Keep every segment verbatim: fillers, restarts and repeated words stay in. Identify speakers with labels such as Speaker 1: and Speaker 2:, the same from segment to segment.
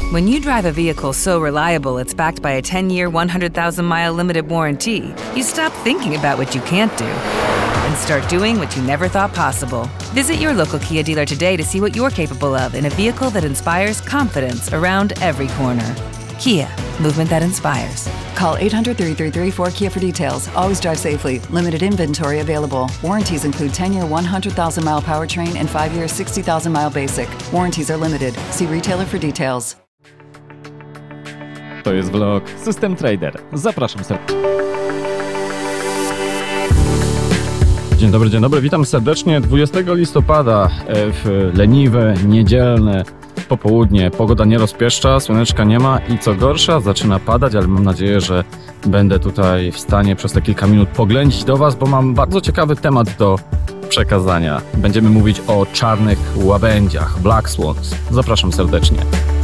Speaker 1: When you drive a vehicle so reliable it's backed by a ten-year, one hundred thousand mile limited warranty, you stop thinking about what you can't do and start doing what you never thought possible. Visit your local Kia dealer today to see what you're capable of in a vehicle that inspires confidence around every corner. Kia, movement that inspires.
Speaker 2: Call eight hundred, three three three, four Kia for details. Always drive safely. Limited inventory available. Warranties include ten-year, one hundred thousand mile powertrain and five-year, sixty thousand mile basic. Warranties are limited. See retailer for details.
Speaker 3: To jest vlog System Trader. Zapraszam serdecznie. Dzień dobry, dzień dobry. Witam serdecznie. dwudziestego listopada w leniwe, niedzielne popołudnie. Pogoda nie rozpieszcza, słoneczka nie ma i co gorsza zaczyna padać, ale mam nadzieję, że będę tutaj w stanie przez te kilka minut poględzić do Was, bo mam bardzo ciekawy temat do przekazania. Będziemy mówić o czarnych łabędziach, Black Swans. Zapraszam serdecznie.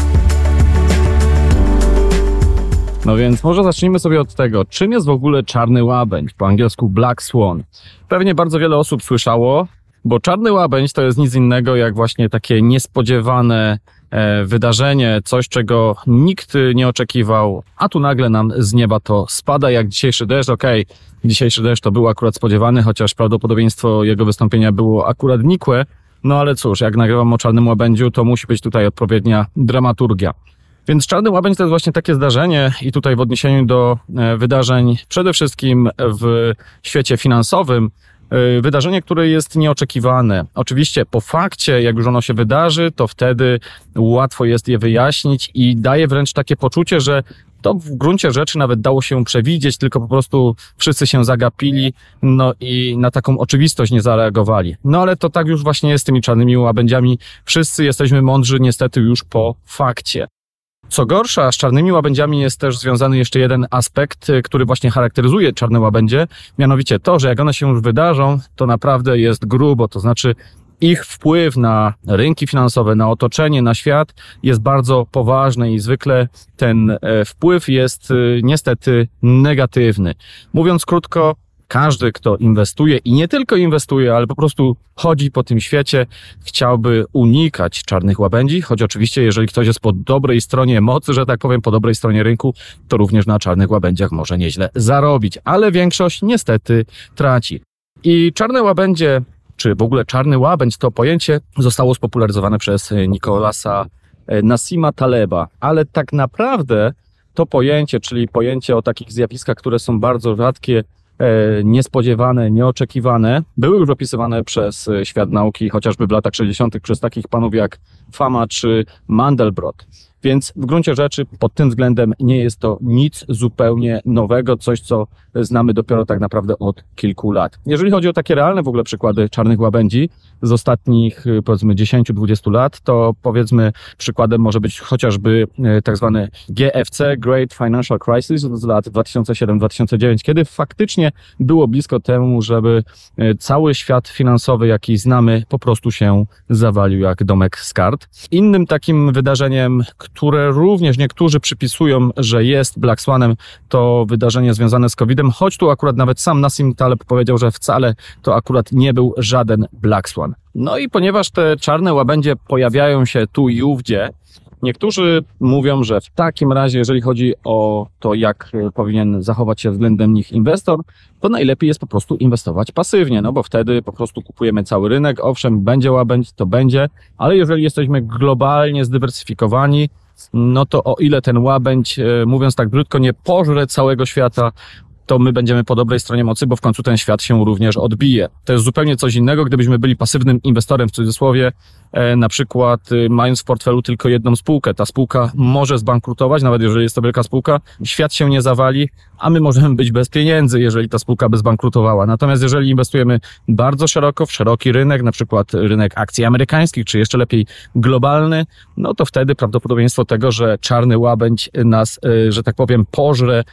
Speaker 3: No więc może zacznijmy sobie od tego, czym jest w ogóle czarny łabędź, po angielsku Black Swan. Pewnie bardzo wiele osób słyszało, bo czarny łabędź to jest nic innego jak właśnie takie niespodziewane e, wydarzenie, coś czego nikt nie oczekiwał, a tu nagle nam z nieba to spada jak dzisiejszy deszcz. Okej, okay, dzisiejszy deszcz to był akurat spodziewany, chociaż prawdopodobieństwo jego wystąpienia było akurat nikłe, no ale cóż, jak nagrywam o czarnym łabędziu, to musi być tutaj odpowiednia dramaturgia. Więc czarny łabędź to jest właśnie takie zdarzenie i tutaj w odniesieniu do wydarzeń przede wszystkim w świecie finansowym, wydarzenie, które jest nieoczekiwane. Oczywiście po fakcie, jak już ono się wydarzy, to wtedy łatwo jest je wyjaśnić i daje wręcz takie poczucie, że to w gruncie rzeczy nawet dało się przewidzieć, tylko po prostu wszyscy się zagapili, no i na taką oczywistość nie zareagowali. No ale to tak już właśnie jest z tymi czarnymi łabędziami. Wszyscy jesteśmy mądrzy niestety już po fakcie. Co gorsza, z czarnymi łabędziami jest też związany jeszcze jeden aspekt, który właśnie charakteryzuje czarne łabędzie, mianowicie to, że jak one się już wydarzą, to naprawdę jest grubo, to znaczy ich wpływ na rynki finansowe, na otoczenie, na świat jest bardzo poważny i zwykle ten wpływ jest niestety negatywny. Mówiąc krótko, każdy, kto inwestuje i nie tylko inwestuje, ale po prostu chodzi po tym świecie, chciałby unikać czarnych łabędzi, choć oczywiście jeżeli ktoś jest po dobrej stronie mocy, że tak powiem, po dobrej stronie rynku, to również na czarnych łabędziach może nieźle zarobić, ale większość niestety traci. I czarne łabędzie, czy w ogóle czarny łabędź, to pojęcie zostało spopularyzowane przez Nicolasa Nassima Taleba, ale tak naprawdę to pojęcie, czyli pojęcie o takich zjawiskach, które są bardzo rzadkie, niespodziewane, nieoczekiwane, były już opisywane przez świat nauki, chociażby w latach sześćdziesiątych przez takich panów jak Fama czy Mandelbrot. Więc w gruncie rzeczy pod tym względem nie jest to nic zupełnie nowego, coś co znamy dopiero tak naprawdę od kilku lat. Jeżeli chodzi o takie realne w ogóle przykłady czarnych łabędzi z ostatnich powiedzmy dziesięć do dwudziestu lat, to powiedzmy przykładem może być chociażby tak zwany G F C, Great Financial Crisis z lat dwa tysiące siódmy do dwa tysiące dziewiątego, kiedy faktycznie było blisko temu, żeby cały świat finansowy, jaki znamy, po prostu się zawalił jak domek z kart. Innym takim wydarzeniem, które również niektórzy przypisują, że jest Black Swanem, to wydarzenie związane z kowidem, choć tu akurat nawet sam Nassim Taleb powiedział, że wcale to akurat nie był żaden Black Swan. No i ponieważ te czarne łabędzie pojawiają się tu i ówdzie, niektórzy mówią, że w takim razie, jeżeli chodzi o to, jak powinien zachować się względem nich inwestor, to najlepiej jest po prostu inwestować pasywnie, no bo wtedy po prostu kupujemy cały rynek. Owszem, będzie łabędź, to będzie, ale jeżeli jesteśmy globalnie zdywersyfikowani, no to o ile ten łabędź, mówiąc tak brzydko, nie pożre całego świata, to my będziemy po dobrej stronie mocy, bo w końcu ten świat się również odbije. To jest zupełnie coś innego, gdybyśmy byli pasywnym inwestorem w cudzysłowie, e, na przykład e, mając w portfelu tylko jedną spółkę. Ta spółka może zbankrutować, nawet jeżeli jest to wielka spółka, świat się nie zawali, a my możemy być bez pieniędzy, jeżeli ta spółka by zbankrutowała. Natomiast jeżeli inwestujemy bardzo szeroko w szeroki rynek, na przykład rynek akcji amerykańskich, czy jeszcze lepiej globalny, no to wtedy prawdopodobieństwo tego, że czarny łabędź nas, e, że tak powiem, pożre,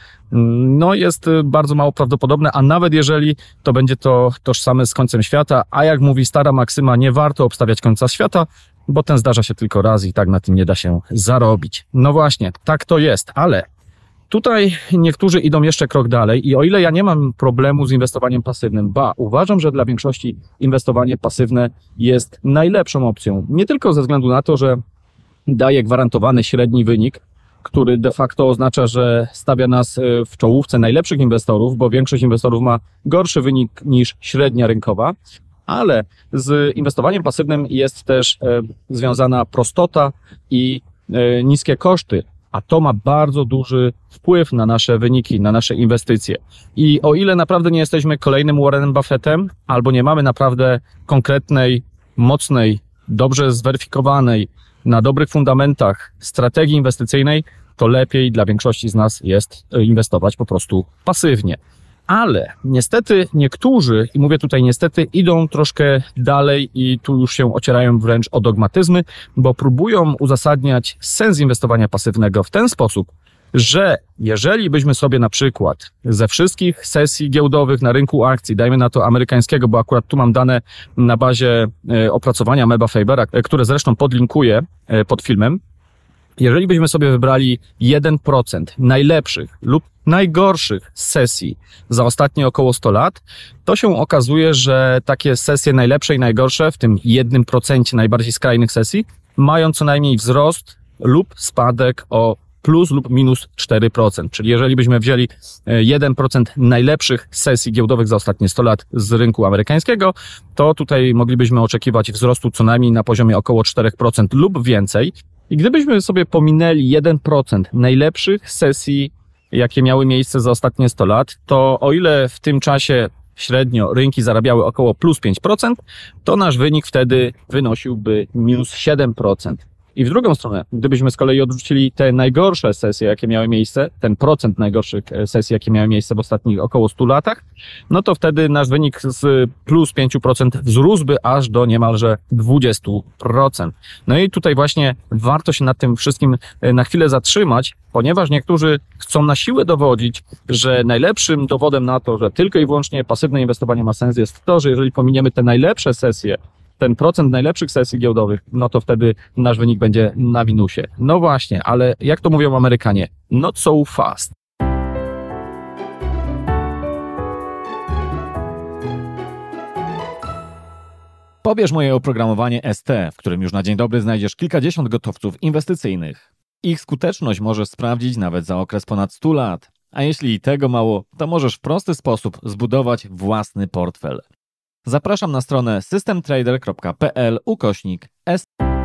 Speaker 3: no jest bardzo mało prawdopodobne, a nawet jeżeli to będzie to tożsame z końcem świata, a jak mówi stara maksyma, nie warto obstawiać końca świata, bo ten zdarza się tylko raz i tak na tym nie da się zarobić. No właśnie, tak to jest, ale tutaj niektórzy idą jeszcze krok dalej i o ile ja nie mam problemu z inwestowaniem pasywnym, ba, uważam, że dla większości inwestowanie pasywne jest najlepszą opcją. Nie tylko ze względu na to, że daje gwarantowany średni wynik, który de facto oznacza, że stawia nas w czołówce najlepszych inwestorów, bo większość inwestorów ma gorszy wynik niż średnia rynkowa, ale z inwestowaniem pasywnym jest też e, związana prostota i e, niskie koszty, a to ma bardzo duży wpływ na nasze wyniki, na nasze inwestycje. I o ile naprawdę nie jesteśmy kolejnym Warrenem Buffettem, albo nie mamy naprawdę konkretnej, mocnej, dobrze zweryfikowanej, na dobrych fundamentach strategii inwestycyjnej, to lepiej dla większości z nas jest inwestować po prostu pasywnie. Ale niestety niektórzy, i mówię tutaj niestety, idą troszkę dalej i tu już się ocierają wręcz o dogmatyzmy, bo próbują uzasadniać sens inwestowania pasywnego w ten sposób, że jeżeli byśmy sobie na przykład ze wszystkich sesji giełdowych na rynku akcji, dajmy na to amerykańskiego, bo akurat tu mam dane na bazie opracowania Meba Fabera, które zresztą podlinkuję pod filmem, jeżeli byśmy sobie wybrali jeden procent najlepszych lub najgorszych sesji za ostatnie około sto lat, to się okazuje, że takie sesje najlepsze i najgorsze, w tym jeden procent najbardziej skrajnych sesji, mają co najmniej wzrost lub spadek o plus lub minus cztery procent. Czyli jeżeli byśmy wzięli jeden procent najlepszych sesji giełdowych za ostatnie sto lat z rynku amerykańskiego, to tutaj moglibyśmy oczekiwać wzrostu co najmniej na poziomie około cztery procent lub więcej. I gdybyśmy sobie pominęli jeden procent najlepszych sesji, jakie miały miejsce za ostatnie sto lat, to o ile w tym czasie średnio rynki zarabiały około plus pięć procent, to nasz wynik wtedy wynosiłby minus siedem procent. I w drugą stronę, gdybyśmy z kolei odrzucili te najgorsze sesje, jakie miały miejsce, ten procent najgorszych sesji, jakie miały miejsce w ostatnich około stu latach, no to wtedy nasz wynik z plus pięć procent wzrósłby aż do niemalże dwadzieścia procent. No i tutaj właśnie warto się nad tym wszystkim na chwilę zatrzymać, ponieważ niektórzy chcą na siłę dowodzić, że najlepszym dowodem na to, że tylko i wyłącznie pasywne inwestowanie ma sens, jest to, że jeżeli pominiemy te najlepsze sesje, ten procent najlepszych sesji giełdowych, no to wtedy nasz wynik będzie na minusie. No właśnie, ale jak to mówią Amerykanie, not so fast.
Speaker 4: Pobierz moje oprogramowanie S T, w którym już na dzień dobry znajdziesz kilkadziesiąt gotowców inwestycyjnych. Ich skuteczność możesz sprawdzić nawet za okres ponad stu lat. A jeśli i tego mało, to możesz w prosty sposób zbudować własny portfel. Zapraszam na stronę systemtrader kropka p l ukośnik S.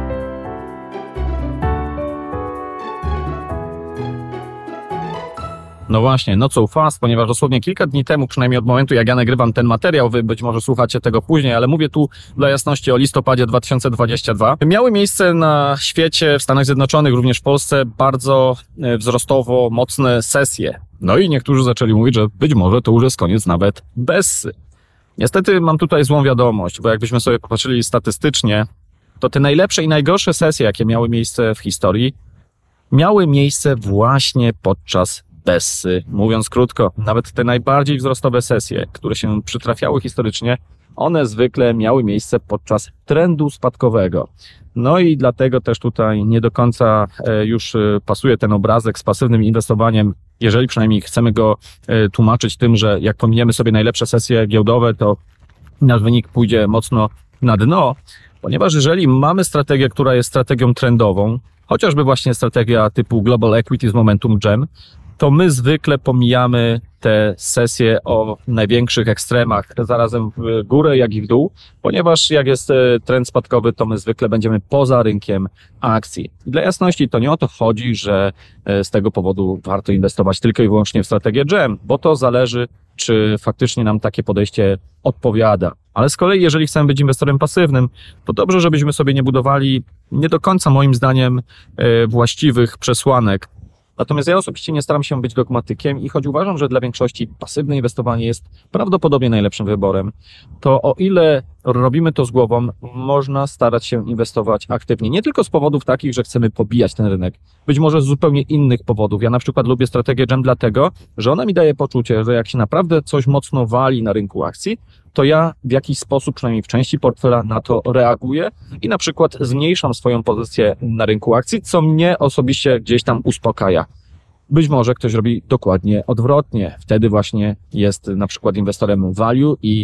Speaker 3: No właśnie, not so fast, ponieważ dosłownie kilka dni temu, przynajmniej od momentu jak ja nagrywam ten materiał, wy być może słuchacie tego później, ale mówię tu dla jasności o listopadzie dwa tysiące dwudziestym drugim. Miały miejsce na świecie, w Stanach Zjednoczonych, również w Polsce, bardzo wzrostowo mocne sesje. No i niektórzy zaczęli mówić, że być może to już jest koniec nawet Bessy. Niestety mam tutaj złą wiadomość, bo jakbyśmy sobie popatrzyli statystycznie, to te najlepsze i najgorsze sesje, jakie miały miejsce w historii, miały miejsce właśnie podczas Bessy. Mówiąc krótko, nawet te najbardziej wzrostowe sesje, które się przytrafiały historycznie, one zwykle miały miejsce podczas trendu spadkowego. No i dlatego też tutaj nie do końca już pasuje ten obrazek z pasywnym inwestowaniem, jeżeli przynajmniej chcemy go tłumaczyć tym, że jak pominiemy sobie najlepsze sesje giełdowe, to nasz wynik pójdzie mocno na dno, ponieważ jeżeli mamy strategię, która jest strategią trendową, chociażby właśnie strategia typu Global Equities Momentum Gem, to my zwykle pomijamy te sesje o największych ekstremach, zarazem w górę jak i w dół, ponieważ jak jest trend spadkowy, to my zwykle będziemy poza rynkiem akcji. Dla jasności to nie o to chodzi, że z tego powodu warto inwestować tylko i wyłącznie w strategię Gem, bo to zależy, czy faktycznie nam takie podejście odpowiada. Ale z kolei, jeżeli chcemy być inwestorem pasywnym, to dobrze, żebyśmy sobie nie budowali nie do końca moim zdaniem właściwych przesłanek. Natomiast ja osobiście nie staram się być dogmatykiem i choć uważam, że dla większości pasywne inwestowanie jest prawdopodobnie najlepszym wyborem, to o ile robimy to z głową, można starać się inwestować aktywnie. Nie tylko z powodów takich, że chcemy pobijać ten rynek, być może z zupełnie innych powodów. Ja na przykład lubię strategię Gem dlatego, że ona mi daje poczucie, że jak się naprawdę coś mocno wali na rynku akcji, to ja w jakiś sposób, przynajmniej w części portfela, na to reaguję i na przykład zmniejszam swoją pozycję na rynku akcji, co mnie osobiście gdzieś tam uspokaja. Być może ktoś robi dokładnie odwrotnie. Wtedy właśnie jest na przykład inwestorem value i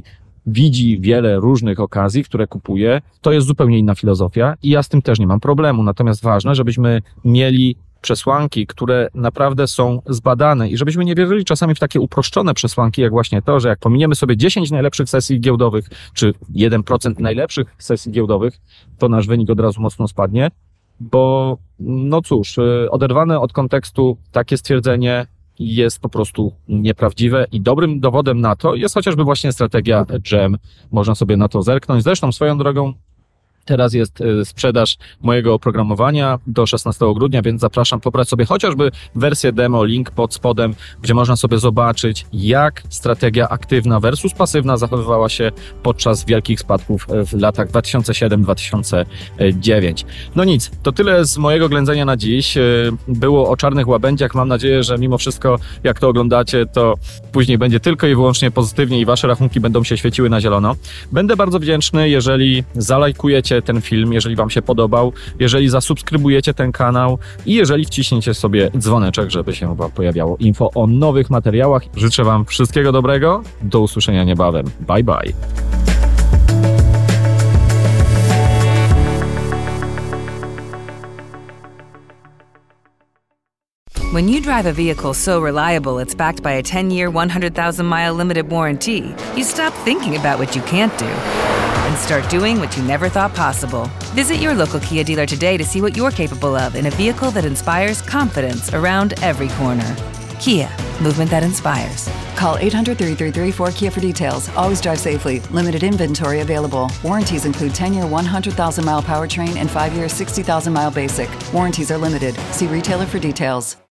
Speaker 3: widzi wiele różnych okazji, które kupuje. To jest zupełnie inna filozofia i ja z tym też nie mam problemu. Natomiast ważne, żebyśmy mieli przesłanki, które naprawdę są zbadane i żebyśmy nie wierzyli czasami w takie uproszczone przesłanki, jak właśnie to, że jak pominiemy sobie dziesięć najlepszych sesji giełdowych, czy jeden procent najlepszych sesji giełdowych, to nasz wynik od razu mocno spadnie, bo no cóż, oderwane od kontekstu takie stwierdzenie jest po prostu nieprawdziwe i dobrym dowodem na to jest chociażby właśnie strategia Gem. Można sobie na to zerknąć. Zresztą swoją drogą teraz jest sprzedaż mojego oprogramowania do szesnastego grudnia, więc zapraszam pobrać sobie chociażby wersję demo, link pod spodem, gdzie można sobie zobaczyć, jak strategia aktywna versus pasywna zachowywała się podczas wielkich spadków w latach dwa tysiące siódmy do dwa tysiące dziewiątego. No nic, to tyle z mojego ględzenia na dziś. Było o czarnych łabędziach. Mam nadzieję, że mimo wszystko, jak to oglądacie, to później będzie tylko i wyłącznie pozytywnie i wasze rachunki będą się świeciły na zielono. Będę bardzo wdzięczny, jeżeli zalajkujecie ten film, jeżeli wam się podobał, jeżeli zasubskrybujecie ten kanał i jeżeli wciśniecie sobie dzwoneczek, żeby się wam pojawiało info o nowych materiałach. Życzę wam wszystkiego dobrego. Do usłyszenia niebawem. Bye bye.
Speaker 1: When you drive a vehicle so reliable it's backed by a ten-year, one hundred thousand mile limited warranty, you stop thinking about what you can't do and start doing what you never thought possible. Visit your local Kia dealer today to see what you're capable of in a vehicle that inspires confidence around every corner. Kia, movement that inspires.
Speaker 2: Call eight hundred, three three three, four K I A for details. Always drive safely. Limited inventory available. Warranties include ten-year, one hundred thousand mile powertrain and five-year, sixty thousand mile basic. Warranties are limited. See retailer for details.